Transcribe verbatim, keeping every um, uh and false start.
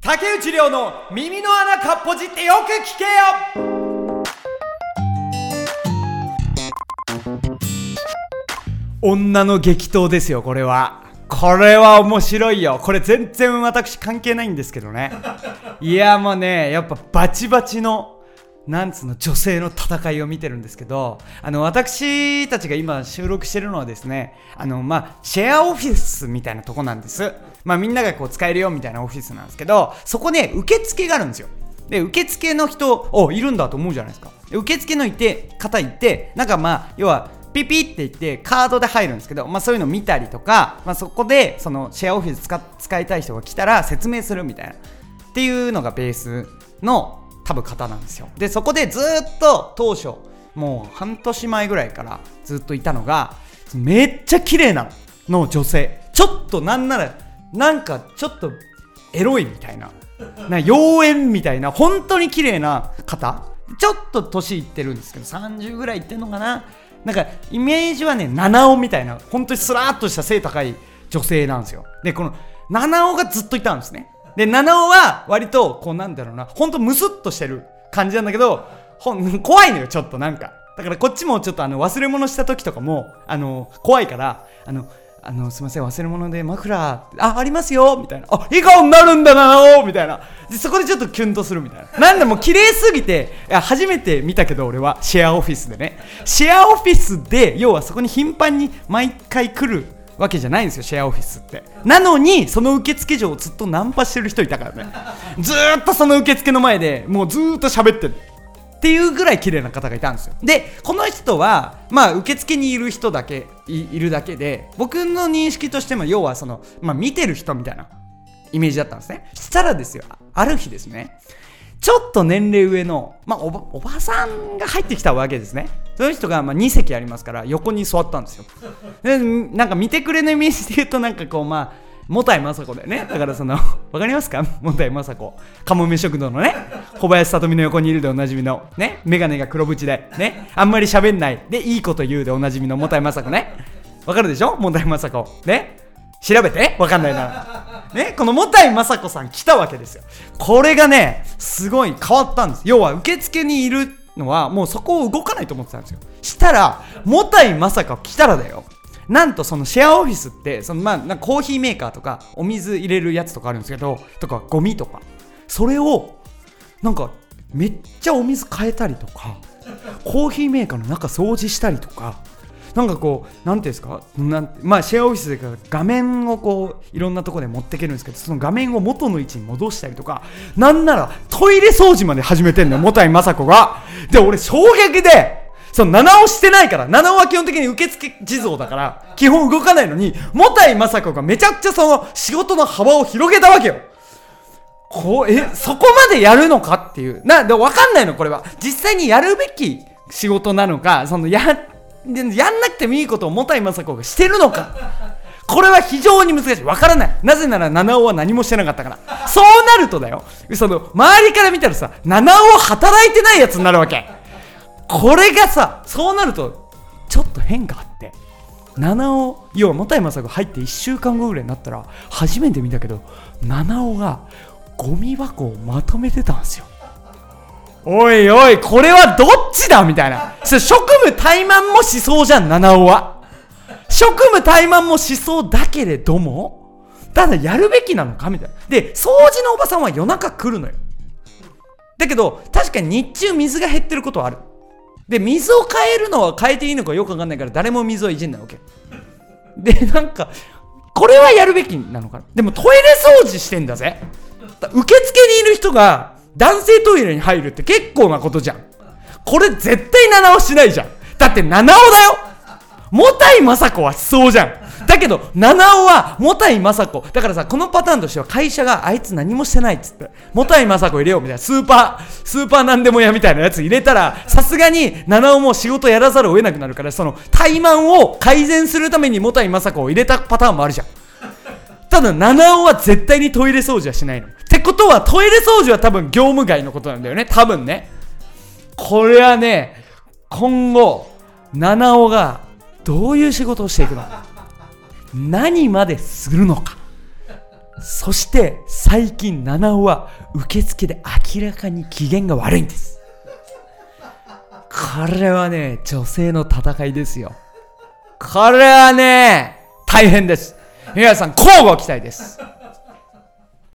竹内涼の耳の穴かっぽじってよく聞けよ。女の激闘ですよ。これはこれは面白いよ。これ全然私関係ないんですけどね。いやもうね、やっぱバチバチのなんつうの女性の戦いを見てるんですけど、あの私たちが今収録してるのはですね、あのまあシェアオフィスみたいなとこなんです。まあみんながこう使えるよみたいなオフィスなんですけど、そこね受付があるんですよ。で受付の人おいるんだと思うじゃないですか。で受付のいて方いて、なんかまあ要はピピって言ってカードで入るんですけど、まあそういうの見たりとか、まあそこでそのシェアオフィス 使, 使いたい人が来たら説明するみたいなっていうのがベースの多分方なんですよ。でそこでずっと当初もう半年前ぐらいからずっといたのが、めっちゃ綺麗なの女性、ちょっとなんならなんかちょっとエロいみたいな、な妖艶みたいな本当に綺麗な方、ちょっと年いってるんですけどさんじゅうぐらいいってんのかな。なんかイメージはね七尾みたいな本当にスラーっとした背高い女性なんですよ。でこの七尾がずっといたんですね。で七尾は割とこうなんだろうな、ほんとムスッとしてる感じなんだけど、ほん怖いのよちょっとなんか。だからこっちもちょっとあの忘れ物した時とかもあの怖いから、あのあのすいません忘れ物でマフラー あ, ありますよみたいな、あ笑顔になるんだなおみたいな、でそこでちょっとキュンとするみたいな。なんでも綺麗すぎて、いや初めて見たけど俺はシェアオフィスでね、シェアオフィスで要はそこに頻繁に毎回来るわけじゃないんですよシェアオフィスって。なのにその受付嬢をずっとナンパしてる人いたからね。ずーっとその受付の前でもうずーっと喋ってるっていうぐらい綺麗な方がいたんですよ。でこの人はまあ受付にいる人だけ い, いるだけで、僕の認識としても要はその、まあ、見てる人みたいなイメージだったんですね。したらですよ、ある日ですね、ちょっと年齢上の、まあ、お, ばおばさんが入ってきたわけですね。その人がまあに席ありますから横に座ったんですよ。でなんか見てくれのイメージで言うとなんかこうまあもたいまさこだよね。だからそのわかりますか、もたいまさこ、かもめ食堂のね小林さとみの横にいるでおなじみのね、メガネが黒縁でね、あんまり喋んないでいいこと言うでおなじみのもたいまさこね。わかるでしょ、もたいまさこね。調べてわかんないならね。このもたいまさこさん来たわけですよ。これがねすごい変わったんです。要は受付にいるのはもうそこを動かないと思ってたんですよ。したらもたいまさこ来たらだよ、なんとそのシェアオフィスってそのまあなんかコーヒーメーカーとかお水入れるやつとかあるんですけど、とかゴミとか、それをなんかめっちゃお水変えたりとか、コーヒーメーカーの中掃除したりとか、なんかこうなんていうんですか、なんまあシェアオフィスで画面をこういろんなところで持っていけるんですけど、その画面を元の位置に戻したりとか、なんならトイレ掃除まで始めてんのよもたいまさこが。で俺衝撃で、その七尾してないから、七尾は基本的に受付地蔵だから基本動かないのに、もたいまさこがめちゃくちゃその仕事の幅を広げたわけよ。こうえそこまでやるのかっていうな。で分かんないの、これは実際にやるべき仕事なのか、そのややんなくてもいいことをもたいまさこがしてるのか、これは非常に難しい。分からない。なぜなら七尾は何もしてなかったから。そうなるとだよ、その周りから見たらさ、七尾働いてないやつになるわけ。これがさ、そうなるとちょっと変化あって、七尾要はもたいまさこ入っていっしゅうかんごぐらいになったら初めて見たけど、七尾がゴミ箱をまとめてたんですよ。おいおいこれはどっちだみたいな。職務怠慢もしそうじゃん七尾は。職務怠慢もしそうだけれども、ただやるべきなのかみたいな。で掃除のおばさんは夜中来るのよ。だけど確かに日中水が減ってることはある。で水を変えるのは変えていいのかよくわかんないから誰も水をいじんないわけで、なんかこれはやるべきなのかな。でもトイレ掃除してんだぜ。受付にいる人が男性トイレに入るって結構なことじゃん。これ絶対七尾しないじゃん。だって七尾だよ。もたいまさこはしそうじゃん。だけど七尾はもたいまさこだからさ、このパターンとしては会社があいつ何もしてないっつってもたいまさこ入れようみたいな、スーパースーパーなんでもやみたいなやつ入れたら、さすがに七尾も仕事やらざるを得なくなるから、その怠慢を改善するためにもたいまさこを入れたパターンもあるじゃん。ただ七尾は絶対にトイレ掃除はしないの。ってことはトイレ掃除は多分業務外のことなんだよね、多分ね。これはね、今後七尾がどういう仕事をしていくのか、何までするのか、 そして最近七尾は受付で明らかに機嫌が悪いんです。これはね、女性の戦いですよ。これはね、大変です。皆さん、交互期待です。